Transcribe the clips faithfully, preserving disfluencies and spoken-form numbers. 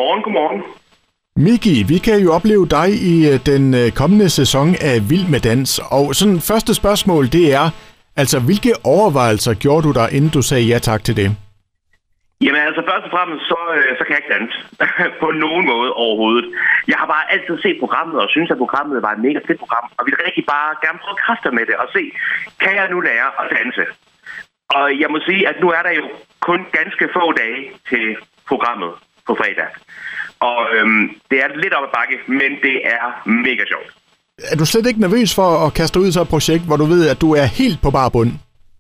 Godmorgen, godmorgen. Miki, vi kan jo opleve dig i den kommende sæson af Vild med Dans. Og sådan første spørgsmål, det er, altså hvilke overvejelser gjorde du der, inden du sagde ja tak til det? Jamen altså, først og fremmest, så, så kan jeg ikke danse på nogen måde overhovedet. Jeg har bare altid set programmet, og synes, at programmet var et mega fedt program. Og vi vil rigtig bare gerne prøve kræfter med det, og se, kan jeg nu lære at danse? Og jeg må sige, at nu er der jo kun ganske få dage til programmet på fredag. Og øhm, det er lidt op ad bakke, men det er mega sjovt. Er du slet ikke nervøs for at kaste ud i sådan et projekt, hvor du ved, at du er helt på bar bund?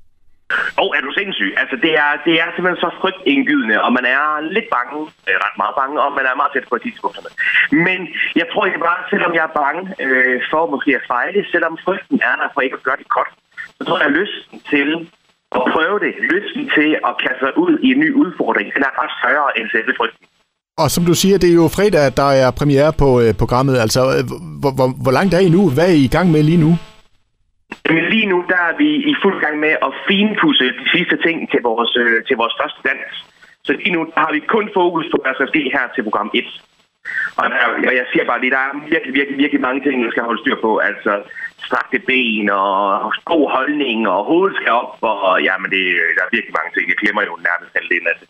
Og er du sindssyg? Altså, det er, det er simpelthen så frygtindgydende, og man er lidt bange, øh, ret meget bange, og man er meget tæt på tidspunkterne. Men jeg tror ikke bare, selvom jeg er bange øh, for måske at fejle, selvom frygten er der for ikke at gøre det godt, så tror jeg, at lysten til at prøve det, lysten til at kaste sig ud i en ny udfordring, den er ret større end selve frygten. Og som du siger, det er jo fredag, at der er premiere på øh, programmet. Altså, hvor, hvor, hvor langt er I nu? Hvad er I i gang med lige nu? Men lige nu, der er vi i fuld gang med at finpudse de sidste ting til vores, øh, til vores første dans. Så lige nu har vi kun fokus på, hvad der skal ske her til program et. Og der, jeg siger bare lige, der er virkelig, virkelig, virkelig mange ting, der skal holde styr på. Altså strakte ben og god holdning, og hovedet skal op, og jamen, det, der er virkelig mange ting. Jeg glemmer jo nærmest halvdelen af det.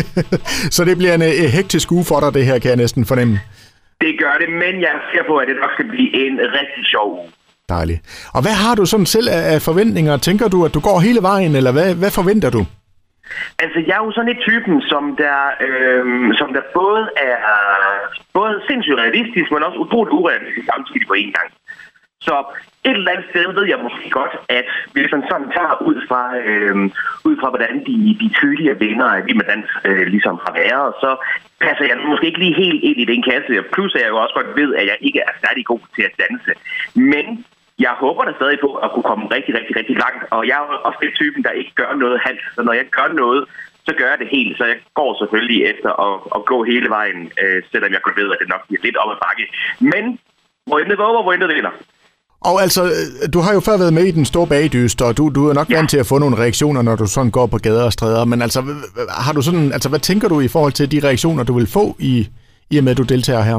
Så det bliver en uh, hektisk uge for dig, det her, kan jeg næsten fornemme. Det gør det, men jeg ser på, at det nok skal blive en rigtig sjov uge. Dejligt. Og hvad har du sådan selv af forventninger? Tænker du, at du går hele vejen, eller hvad, hvad forventer du? Altså, jeg er jo sådan et typen, som der, øh, som der både er både sindssygt realistisk, men også utroligt urealistisk samtidig på en gang. Så et eller andet sted ved jeg måske godt, at hvis man sådan tager ud fra, øh, ud fra hvordan de, de tidligere venner af Vild med Dans øh, ligesom har været, så passer jeg måske ikke lige helt ind i den kasse. Plus er jeg jo også godt ved, at jeg ikke er særlig god til at danse. Men jeg håber da stadig på at kunne komme rigtig, rigtig, rigtig langt. Og jeg er også den typen, der ikke gør noget halvt. Så når jeg gør noget, så gør jeg det helt. Så jeg går selvfølgelig efter at, at gå hele vejen, øh, selvom jeg godt ved, at det nok bliver lidt op ad bakke. Men hvor intet våger, hvor intet vinder. Og altså, du har jo før været med i den store bagdyst, og du, du er nok ja. vant til at få nogle reaktioner, når du sådan går på gader og stræder. Men altså, har du sådan, altså, hvad tænker du i forhold til de reaktioner, du vil få i, i og med, at du deltager her?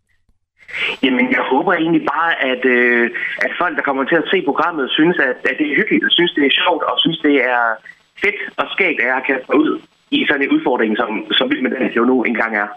Jamen, jeg håber egentlig bare, at, øh, at folk, der kommer til at se programmet, synes, at, at det er hyggeligt, synes, det er sjovt, og synes, det er fedt og skægt, at jeg kan få ud i sådan en udfordring, som, som Vild med Dans jo nu engang er.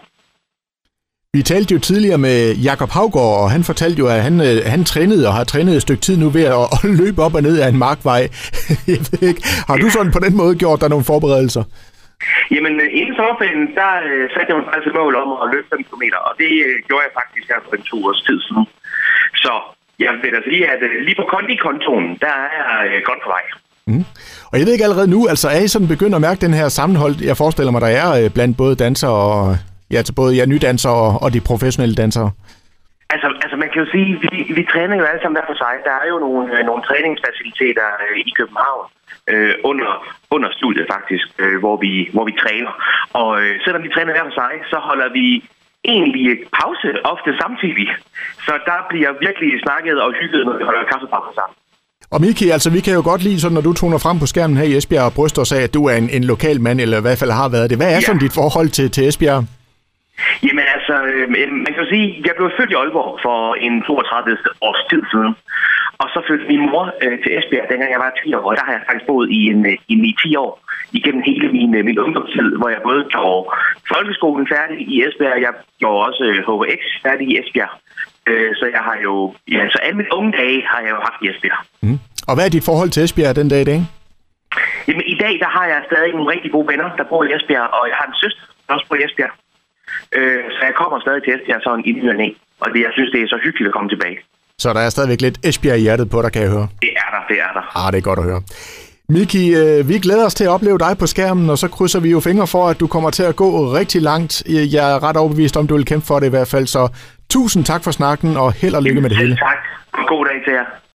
Vi talte jo tidligere med Jakob Haugaard, og han fortalte jo, at han, han trænede og har trænet et stykke tid nu ved at, at løbe op og ned af en markvej. Jeg ved ikke. Har du sådan på den måde gjort dig nogle forberedelser? Jamen, inden sommerferien, der øh, satte jeg mig faktisk et mål om at løbe fem kilometer, og det øh, gjorde jeg faktisk her for en to års tid siden. Så jeg vil da sige, at øh, lige på kondikontoen, der er jeg øh, godt på vej. Mm. Og jeg ved ikke allerede nu, altså er I sådan begyndt at mærke den her sammenhold, jeg forestiller mig, der er øh, blandt både dansere og... Ja, til både ja, nydansere og, og de professionelle dansere. Altså, altså man kan jo sige, vi, vi træner jo alle sammen hver for sig. Der er jo nogle, nogle træningsfaciliteter øh, i København øh, under, under studiet faktisk, øh, hvor, vi, hvor vi træner. Og øh, selvom vi træner hver for sig, så holder vi egentlig pause ofte samtidig. Så der bliver virkelig snakket og hygget, når vi holder kaffepause sammen. Og Miki, altså vi kan jo godt lide, sådan, når du toner frem på skærmen her i Esbjerg og bryster os af, at du er en, en lokal mand, eller i hvert fald har været det. Hvad er ja. sådan dit forhold til, til Esbjerg? Jamen altså, øh, man kan jo sige, jeg blev født i Aalborg for en toogtredive års tid siden. Og så flyttede min mor øh, til Esbjerg, dengang jeg var ti år. Og der har jeg faktisk boet i en, en i ti år, igennem hele min, min ungdomstid, hvor jeg både gjorde folkeskolen færdig i Esbjerg, jeg gjorde også H V X færdig i Esbjerg. Øh, så jeg har jo, ja, så alle mine unge dage har jeg jo haft i Esbjerg. Mm. Og hvad er dit forhold til Esbjerg den dag i dag? Jamen i dag, der har jeg stadig nogle rigtig gode venner, der bor i Esbjerg, og jeg har en søster, der også bor i Esbjerg. Så jeg kommer stadig til Esbjerg sådan i ny og næ, og det, jeg synes, det er så hyggeligt at komme tilbage. Så der er stadigvæk lidt Esbjerg i hjertet på dig, kan jeg høre? Det er der, det er der. Ah, det er godt at høre. Miki, vi glæder os til at opleve dig på skærmen, og så krydser vi jo fingre for, at du kommer til at gå rigtig langt. Jeg er ret overbevist om, du vil kæmpe for det i hvert fald, så tusind tak for snakken, og held og lykke med det hele. Tak. God dag til jer.